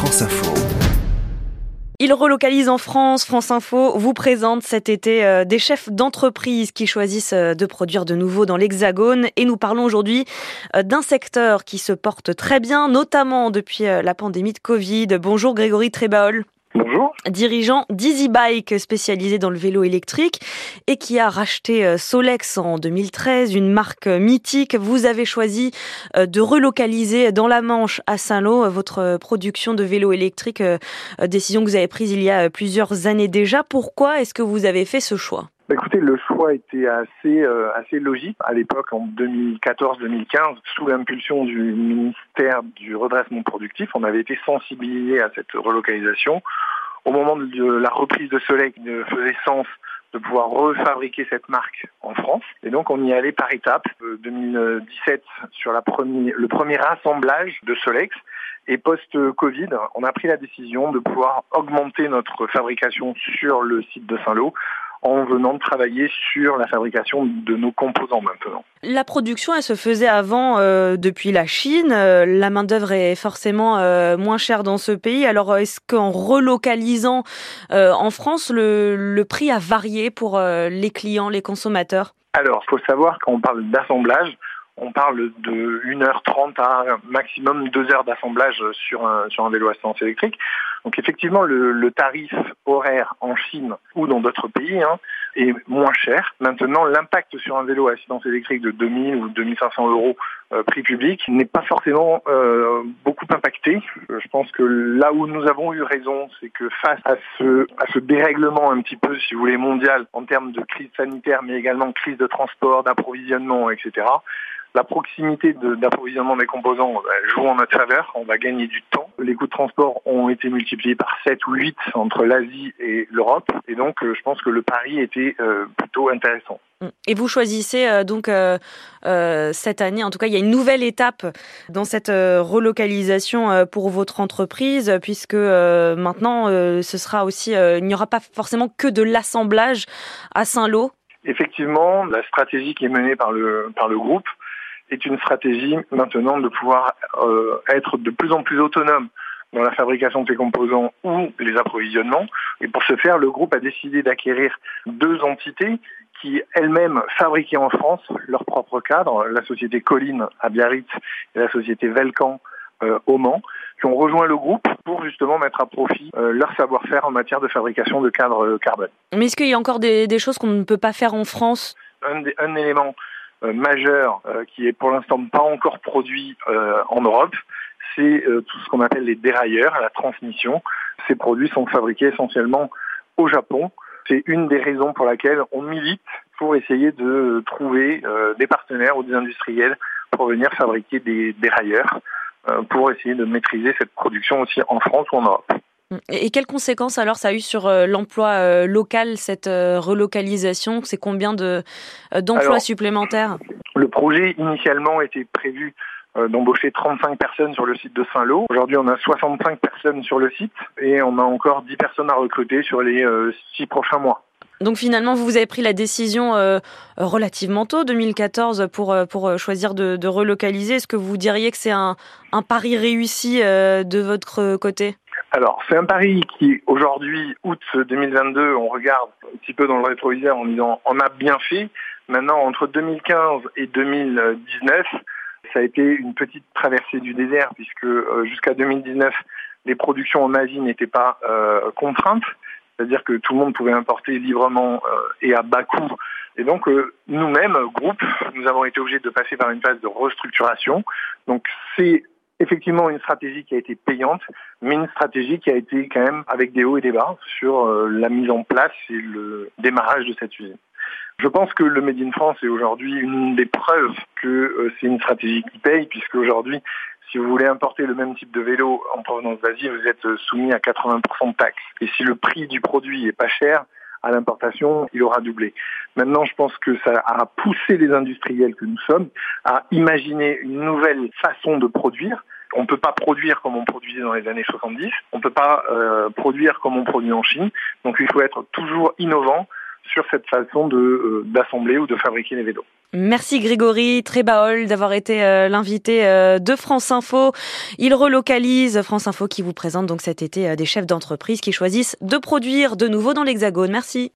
France Info. Il relocalise en France. France Info vous présente cet été des chefs d'entreprise qui choisissent de produire de nouveau dans l'Hexagone. Et nous parlons aujourd'hui d'un secteur qui se porte très bien, notamment depuis la pandémie de Covid. Bonjour Grégory Trébaol. Bonjour. Dirigeant d'EasyBike spécialisé dans le vélo électrique et qui a racheté Solex en 2013, une marque mythique. Vous avez choisi de relocaliser dans la Manche à Saint-Lô votre production de vélos électriques, décision que vous avez prise il y a plusieurs années déjà. Pourquoi est-ce que vous avez fait ce choix ? Écoutez, le choix était assez logique. À l'époque, en 2014-2015, sous l'impulsion du ministère du redressement productif, on avait été sensibilisé à cette relocalisation. Au moment de la reprise de Solex, il faisait sens de pouvoir refabriquer cette marque en France. Et donc, on y allait par étapes. 2017, sur le premier assemblage de Solex. Et post-Covid, on a pris la décision de pouvoir augmenter notre fabrication sur le site de Saint-Lô en venant de travailler sur la fabrication de nos composants maintenant. La production, elle se faisait avant depuis la Chine. La main-d'œuvre est forcément moins chère dans ce pays. Alors, est-ce qu'en relocalisant en France, le prix a varié pour les clients, les consommateurs ? Alors, il faut savoir, quand on parle d'assemblage, on parle de 1h30 à maximum 2 heures d'assemblage sur un vélo à assistance électrique. Donc effectivement, le tarif horaire en Chine ou dans d'autres pays est moins cher. Maintenant, l'impact sur un vélo à assistance électrique de 2000 ou 2500 euros prix public n'est pas forcément beaucoup impacté. Je pense que là où nous avons eu raison, c'est que face à ce dérèglement un petit peu, si vous voulez, mondial en termes de crise sanitaire, mais également de crise de transport, d'approvisionnement, etc., la proximité d'approvisionnement des composants joue en notre faveur, on va gagner du temps. Les coûts de transport ont été multipliés par 7 ou 8 entre l'Asie et l'Europe, et donc je pense que le pari était plutôt intéressant. Et vous choisissez donc cette année, en tout cas il y a une nouvelle étape dans cette relocalisation pour votre entreprise, puisque maintenant ce sera aussi, il n'y aura pas forcément que de l'assemblage à Saint-Lô. Effectivement, la stratégie qui est menée par le groupe est une stratégie maintenant de pouvoir être de plus en plus autonome dans la fabrication de ces composants ou les approvisionnements. Et pour ce faire, le groupe a décidé d'acquérir 2 entités qui elles-mêmes fabriquaient en France leur propre cadre, la société Colline à Biarritz et la société Velcan au Mans, qui ont rejoint le groupe pour justement mettre à profit leur savoir-faire en matière de fabrication de cadres carbone. Mais est-ce qu'il y a encore des choses qu'on ne peut pas faire en France ? Un élément majeur qui est pour l'instant pas encore produit en Europe, c'est tout ce qu'on appelle les dérailleurs, la transmission. Ces produits sont fabriqués essentiellement au Japon. C'est une des raisons pour laquelle on milite pour essayer de trouver des partenaires ou des industriels pour venir fabriquer des dérailleurs pour essayer de maîtriser cette production aussi en France ou en Europe. Et quelles conséquences alors ça a eu sur l'emploi local, cette relocalisation ? C'est combien d'emplois supplémentaires ? Le projet initialement était prévu d'embaucher 35 personnes sur le site de Saint-Lô. Aujourd'hui, on a 65 personnes sur le site et on a encore 10 personnes à recruter sur les 6 prochains mois. Donc finalement, vous avez pris la décision relativement tôt, 2014, pour choisir de relocaliser. Est-ce que vous diriez que c'est un pari réussi de votre côté ? Alors, c'est un pari qui, aujourd'hui, août 2022, on regarde un petit peu dans le rétroviseur en disant on a bien fait. Maintenant, entre 2015 et 2019, ça a été une petite traversée du désert puisque jusqu'à 2019, les productions en Asie n'étaient pas contraintes. C'est-à-dire que tout le monde pouvait importer librement et à bas coût. Et donc, nous-mêmes, groupe, nous avons été obligés de passer par une phase de restructuration. Donc, c'est effectivement une stratégie qui a été payante, mais une stratégie qui a été quand même avec des hauts et des bas sur la mise en place et le démarrage de cette usine. Je pense que le Made in France est aujourd'hui une des preuves que c'est une stratégie qui paye, puisque aujourd'hui, si vous voulez importer le même type de vélo en provenance d'Asie, vous êtes soumis à 80% de taxes. Et si le prix du produit est pas cher, à l'importation, il aura doublé. Maintenant, je pense que ça a poussé les industriels que nous sommes à imaginer une nouvelle façon de produire. On ne peut pas produire comme on produisait dans les années 70. On ne peut pas produire comme on produit en Chine. Donc, il faut être toujours innovant sur cette façon d'assembler ou de fabriquer les vélos. Merci Grégory Trébaol d'avoir été l'invité de France Info. Il relocalise France Info qui vous présente donc cet été des chefs d'entreprise qui choisissent de produire de nouveau dans l'Hexagone. Merci.